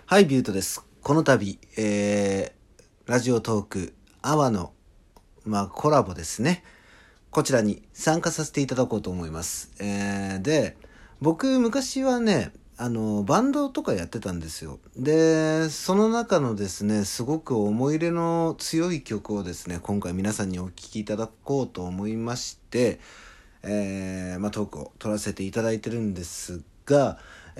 はい、ビュートです。この度、ラジオトーク、アワの、コラボですね。こちらに参加させていただこうと思います。で、僕、昔はね、バンドとかやってたんですよ。で、その中のですね、すごく思い入れの強い曲をですね、今回皆さんにお聴きいただこうと思いまして、トークを取らせていただいてるんですが、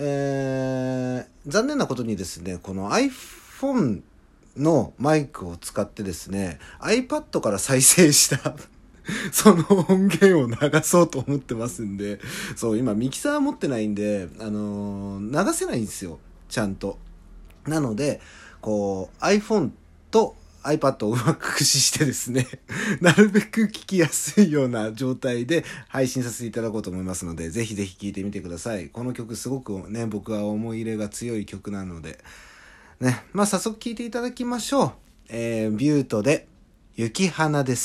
残念なことにですね、この iPhone のマイクを使ってですね、iPad から再生したその音源を流そうと思ってますんで、そう、今ミキサー持ってないんで、流せないんですよ、ちゃんと。なので、iPhone と iPad をうまく駆使してですね、なるべく聞きやすいような状態で配信させていただこうと思いますので、ぜひぜひ聴いてみてください。この曲すごくね、僕は思い入れが強い曲なので、ね、早速聴いていただきましょう。ビュートで、雪花です。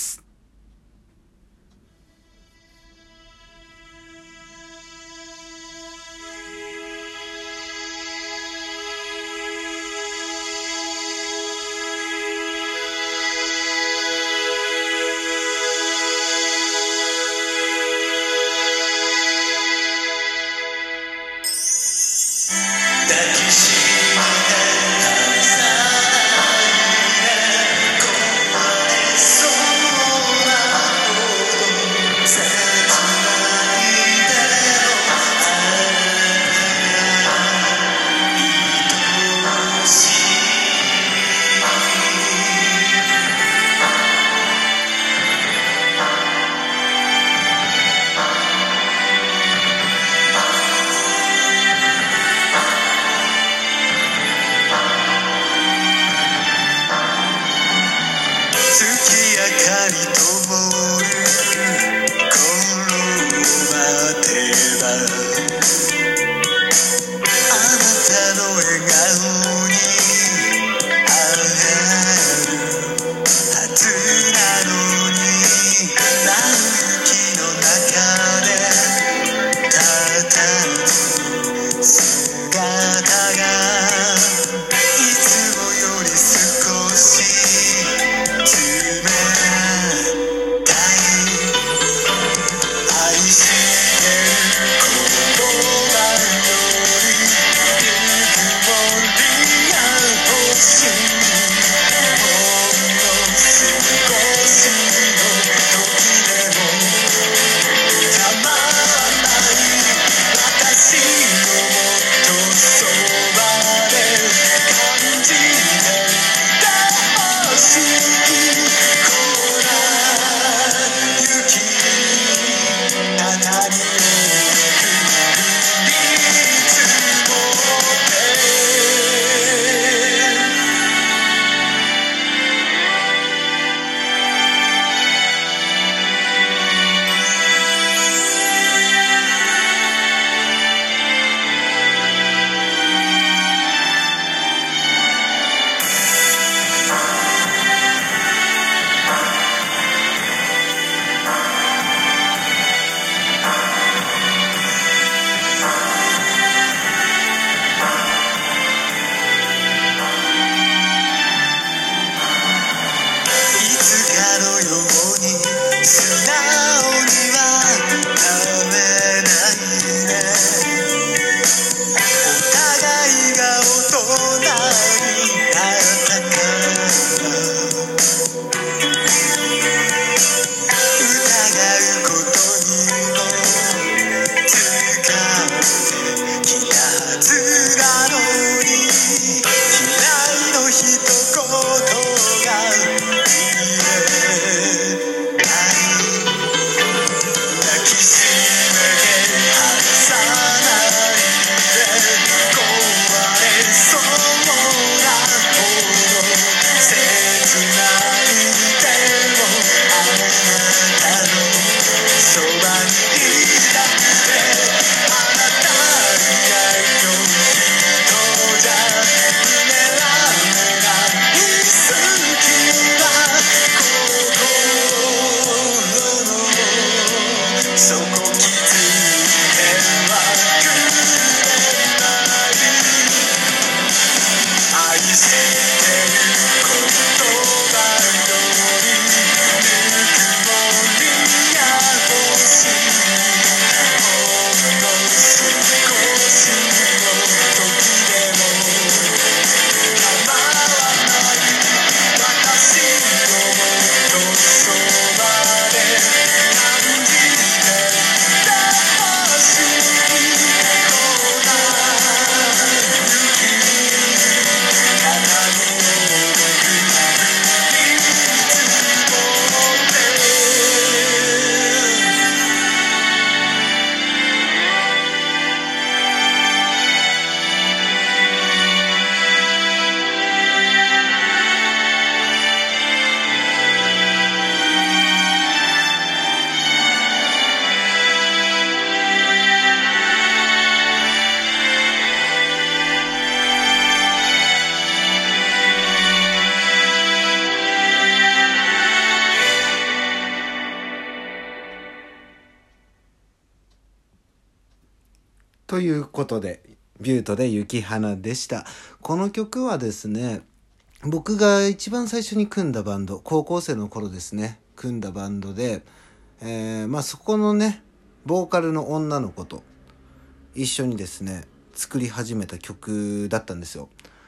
ということで、ビュートで雪花でした。この曲はですね、僕が一番最初に組んだバンド、高校生の頃ですね、組んだバンドで、そこのね、ボーカルの女の子と一緒にですね、作り始めた曲だったんですよ。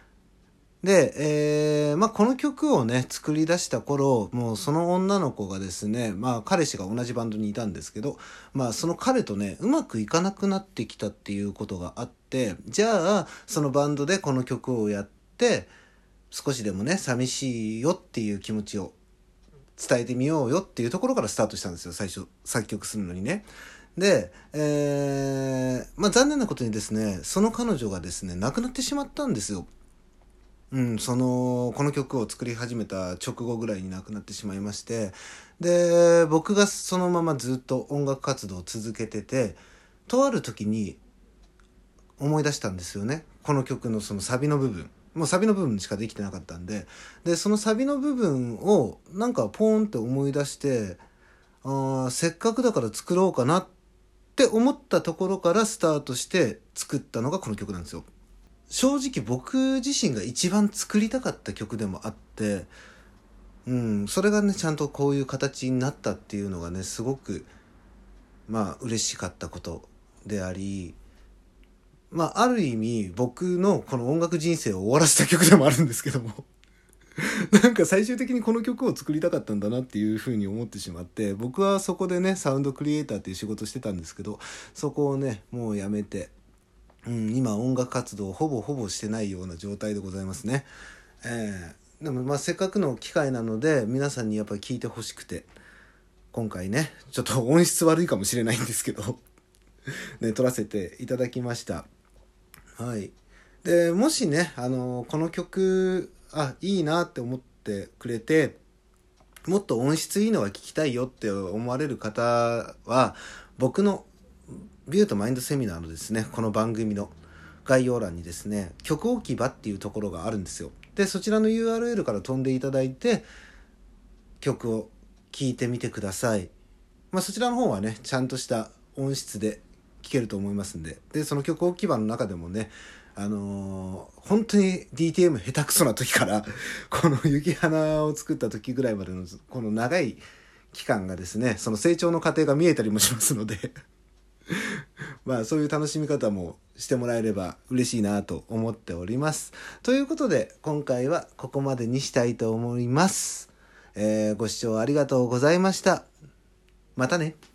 で、この曲をね、作り出した頃、もうその女の子がですね、彼氏が同じバンドにいたんですけど、その彼とね、うまくいかなくなってきたっていうことがあって、じゃあ、そのバンドでこの曲をやって、少しでもね、寂しいよっていう気持ちを伝えてみようよっていうところからスタートしたんですよ、最初、作曲するのにね。で、残念なことにですね、その彼女がですね、亡くなってしまったんですよ。この曲を作り始めた直後ぐらいに亡くなってしまいまして、で、僕がそのままずっと音楽活動を続けてて、とある時に思い出したんですよね。この曲のそのサビの部分。もうサビの部分しかできてなかったんで、で、そのサビの部分をなんかポーンって思い出して、せっかくだから作ろうかなって思ったところからスタートして作ったのがこの曲なんですよ。正直僕自身が一番作りたかった曲でもあって、それがね、ちゃんとこういう形になったっていうのがね、すごく、嬉しかったことであり、ある意味僕のこの音楽人生を終わらせた曲でもあるんですけどもなんか最終的にこの曲を作りたかったんだなっていうふうに思ってしまって、僕はそこでね、サウンドクリエイターっていう仕事してたんですけど、そこをね、もうやめて、今音楽活動をほぼしてないような状態でございますね。でもせっかくの機会なので皆さんにやっぱり聞いてほしくて、今回ねちょっと音質悪いかもしれないんですけどね、撮らせていただきました。はい。でもしね、この曲いいなって思ってくれて、もっと音質いいのが聞きたいよって思われる方は、僕のビュートマインドセミナーのですね、この番組の概要欄にですね、曲置き場っていうところがあるんですよ。で、そちらの URL から飛んでいただいて、曲を聴いてみてください。そちらの方はね、ちゃんとした音質で聴けると思いますんで。で、その曲置き場の中でもね、本当に DTM 下手くそな時からこの雪花を作った時ぐらいまでのこの長い期間がですね、その成長の過程が見えたりもしますのでそういう楽しみ方もしてもらえれば嬉しいなと思っております。ということで今回はここまでにしたいと思います。ご視聴ありがとうございました。またね。